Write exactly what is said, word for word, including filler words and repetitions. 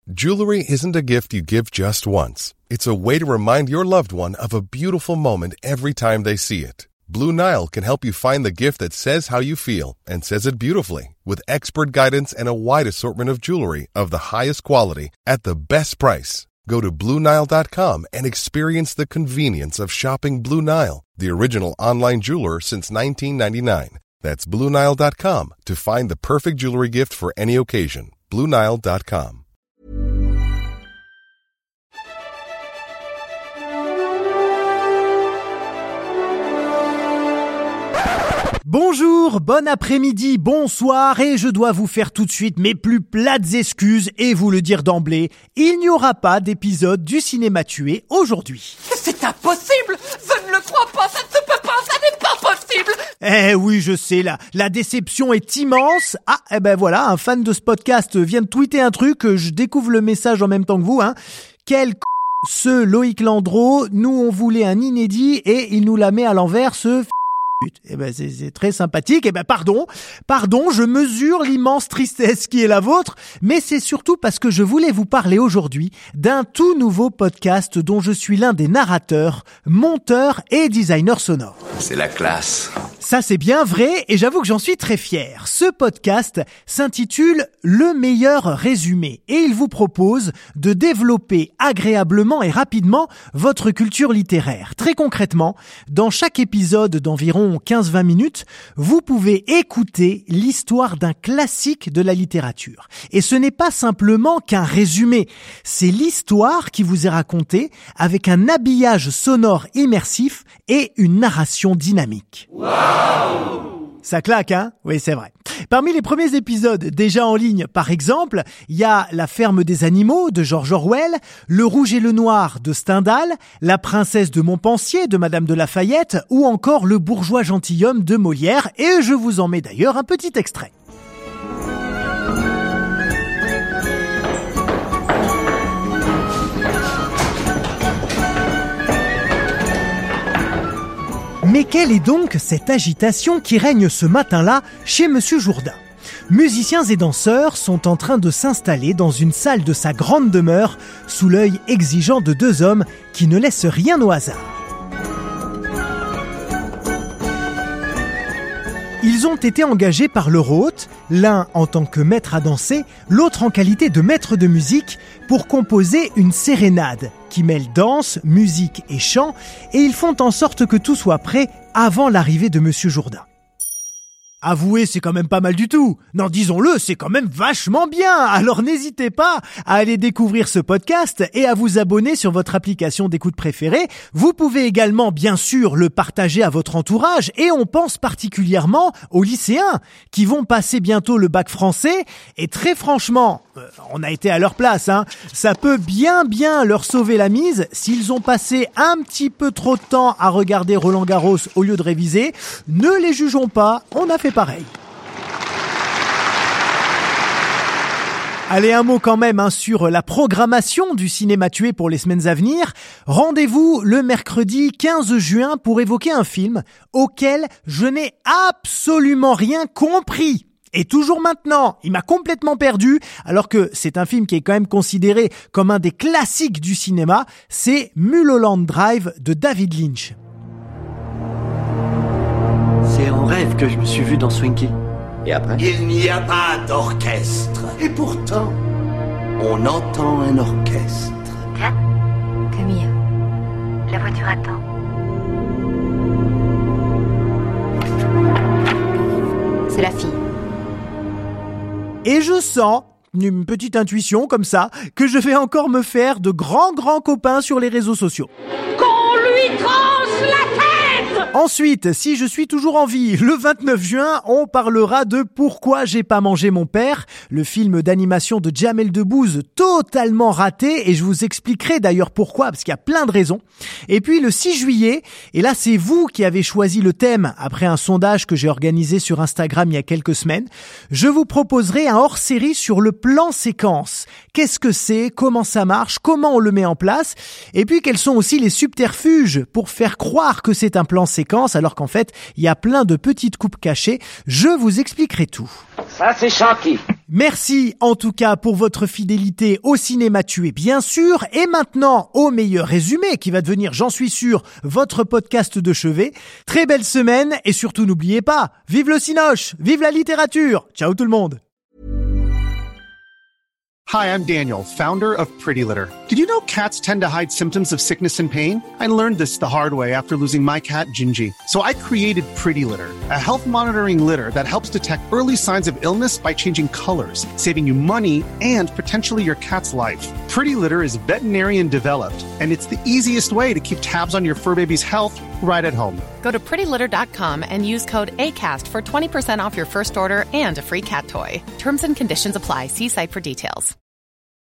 Jewelry isn't a gift you give just once. It's a way to remind your loved one of a beautiful moment every time they see it. Blue Nile can help you find the gift that says how you feel and says it beautifully, with expert guidance and a wide assortment of jewelry of the highest quality at the best price. Go to Blue Nile dot com and experience the convenience of shopping Blue Nile, the original online jeweler since nineteen ninety-nine. That's Blue Nile dot com to find the perfect jewelry gift for any occasion. Blue Nile dot com. Bonjour, bon après-midi, bonsoir, et je dois vous faire tout de suite mes plus plates excuses et vous le dire d'emblée, il n'y aura pas d'épisode du Cinéma Tué aujourd'hui. C'est impossible! Je ne le crois pas, ça ne se peut pas, ça n'est pas possible! Eh oui, je sais, la, la déception est immense. Ah, eh ben voilà, un fan de ce podcast vient de tweeter un truc, je découvre le message en même temps que vous, hein. Quel c***, ce Loïc Landreau, nous on voulait un inédit et il nous la met à l'envers, ce f***. Eh ben c'est, c'est très sympathique. Eh ben pardon, pardon, je mesure l'immense tristesse qui est la vôtre, mais c'est surtout parce que je voulais vous parler aujourd'hui d'un tout nouveau podcast dont je suis l'un des narrateurs, monteurs et designers sonores. C'est la classe. Ça c'est bien vrai et j'avoue que j'en suis très fier. Ce podcast s'intitule Le meilleur résumé et il vous propose de développer agréablement et rapidement votre culture littéraire. Très concrètement, dans chaque épisode d'environ quinze à vingt minutes, vous pouvez écouter l'histoire d'un classique de la littérature. Et ce n'est pas simplement qu'un résumé, c'est l'histoire qui vous est racontée avec un habillage sonore immersif et une narration dynamique. Wow! Ça claque, hein? Oui, c'est vrai. Parmi les premiers épisodes déjà en ligne, par exemple, il y a La ferme des animaux de George Orwell, Le rouge et le noir de Stendhal, La princesse de Montpensier de Madame de Lafayette ou encore Le bourgeois gentilhomme de Molière, et je vous en mets d'ailleurs un petit extrait. Mais quelle est donc cette agitation qui règne ce matin-là chez Monsieur Jourdain ? Musiciens et danseurs sont en train de s'installer dans une salle de sa grande demeure sous l'œil exigeant de deux hommes qui ne laissent rien au hasard. Ils ont été engagés par leur hôte, l'un en tant que maître à danser, l'autre en qualité de maître de musique, pour composer une sérénade qui mêle danse, musique et chant, et ils font en sorte que tout soit prêt avant l'arrivée de Monsieur Jourdain. Avouez, c'est quand même pas mal du tout. Non, disons-le, c'est quand même vachement bien. Alors n'hésitez pas à aller découvrir ce podcast et à vous abonner sur votre application d'écoute préférée. Vous pouvez également, bien sûr, le partager à votre entourage et on pense particulièrement aux lycéens qui vont passer bientôt le bac français et très franchement, euh, on a été à leur place, hein. Ça peut bien bien leur sauver la mise s'ils ont passé un petit peu trop de temps à regarder Roland Garros au lieu de réviser. Ne les jugeons pas, on a fait pareil. Allez, un mot quand même hein, sur la programmation du Cinéma Tué pour les semaines à venir. Rendez-vous le mercredi quinze juin pour évoquer un film auquel je n'ai absolument rien compris. Et toujours maintenant, il m'a complètement perdu, alors que c'est un film qui est quand même considéré comme un des classiques du cinéma, c'est Mulholland Drive de David Lynch. C'est en rêve que je me suis vu dans Swinky. Et après ? Il n'y a pas d'orchestre. Et pourtant, on entend un orchestre. Tiens, Camille, la voiture attend. C'est la fille. Et je sens, une petite intuition comme ça, que je vais encore me faire de grands grands copains sur les réseaux sociaux. Qu'on lui tranche la tête! Ensuite, si je suis toujours en vie, le vingt-neuf juin, on parlera de Pourquoi j'ai pas mangé mon père, le film d'animation de Jamel Debbouze totalement raté, et je vous expliquerai d'ailleurs pourquoi, parce qu'il y a plein de raisons. Et puis le six juillet, et là c'est vous qui avez choisi le thème après un sondage que j'ai organisé sur Instagram il y a quelques semaines, je vous proposerai un hors-série sur le plan séquence. Qu'est-ce que c'est, comment ça marche, comment on le met en place, et puis quels sont aussi les subterfuges pour faire croire que c'est un plan séquence séquence alors qu'en fait, il y a plein de petites coupes cachées. Je vous expliquerai tout. Ça, c'est Shanky. Merci en tout cas pour votre fidélité au Cinéma Tué, bien sûr. Et maintenant, au meilleur résumé qui va devenir, j'en suis sûr, votre podcast de chevet. Très belle semaine et surtout n'oubliez pas, vive le Cinoche, vive la littérature. Ciao tout le monde. Hi, I'm Daniel, founder of Pretty Litter. Did you know cats tend to hide symptoms of sickness and pain? I learned this the hard way after losing my cat, Gingy. So I created Pretty Litter, a health monitoring litter that helps detect early signs of illness by changing colors, saving you money and potentially your cat's life. Pretty Litter is veterinarian developed, and it's the easiest way to keep tabs on your fur baby's health right at home. Go to pretty litter dot com and use code ACAST for twenty percent off your first order and a free cat toy. Terms and conditions apply. See site for details.